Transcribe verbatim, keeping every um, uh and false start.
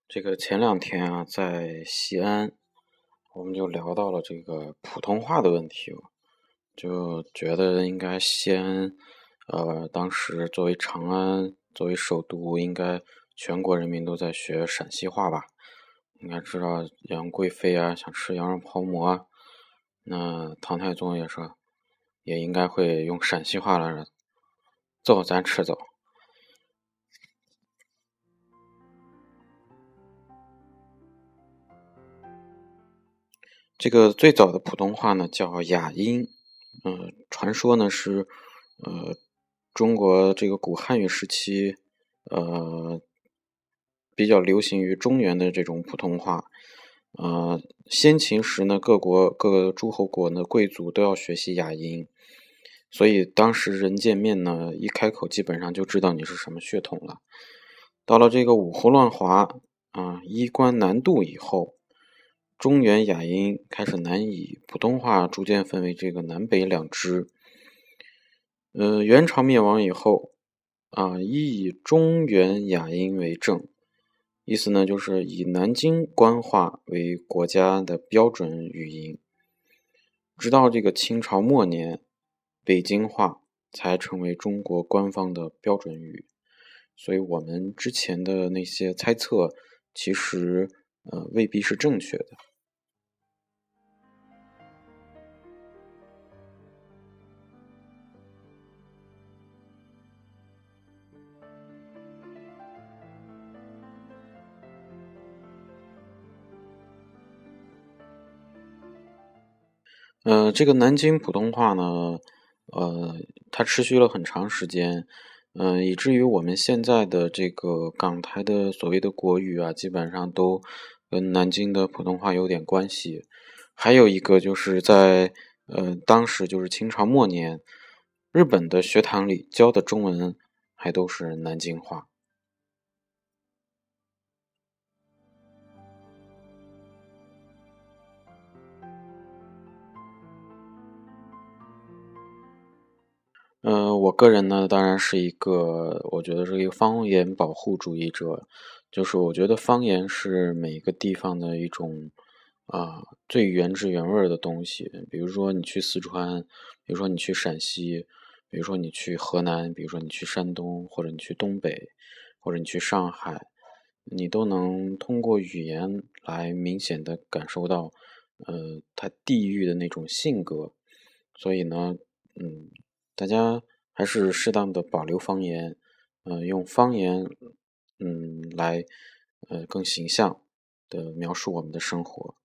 这个前两天啊，在西安，我们就聊到了这个普通话的问题，就觉得应该西安，呃，当时作为长安，作为首都，应该全国人民都在学陕西话吧？应该知道杨贵妃啊，想吃羊肉泡馍啊，那唐太宗也说，也应该会用陕西话来着，走，咱吃走。这个最早的普通话呢叫雅音，呃，传说呢是，呃，中国这个古汉语时期，呃，比较流行于中原的这种普通话。呃，先秦时呢，各国各个诸侯国呢，贵族都要学习雅音，所以当时人见面呢，一开口基本上就知道你是什么血统了。到了这个五胡乱华啊，衣冠南渡以后，中原雅音开始南移，普通话逐渐分为这个南北两支。呃，元朝灭亡以后，啊，一以中原雅音为正，意思呢就是以南京官话为国家的标准语音。直到这个清朝末年，北京话才成为中国官方的标准语。所以我们之前的那些猜测，其实呃未必是正确的。呃，这个南京普通话呢，呃，它持续了很长时间，嗯、呃，以至于我们现在的这个港台的所谓的国语啊，基本上都跟南京的普通话有点关系。还有一个就是在呃当时就是清朝末年，日本的学堂里教的中文还都是南京话。呃，我个人呢，当然是一个，我觉得是一个方言保护主义者，就是我觉得方言是每个地方的一种啊、最原汁原味儿的东西。比如说你去四川，比如说你去陕西，比如说你去河南，比如说你去山东，或者你去东北，或者你去上海，你都能通过语言来明显的感受到，呃，它地域的那种性格。所以呢，嗯。大家还是适当的保留方言，呃，用方言，嗯，来，呃，更形象的描述我们的生活。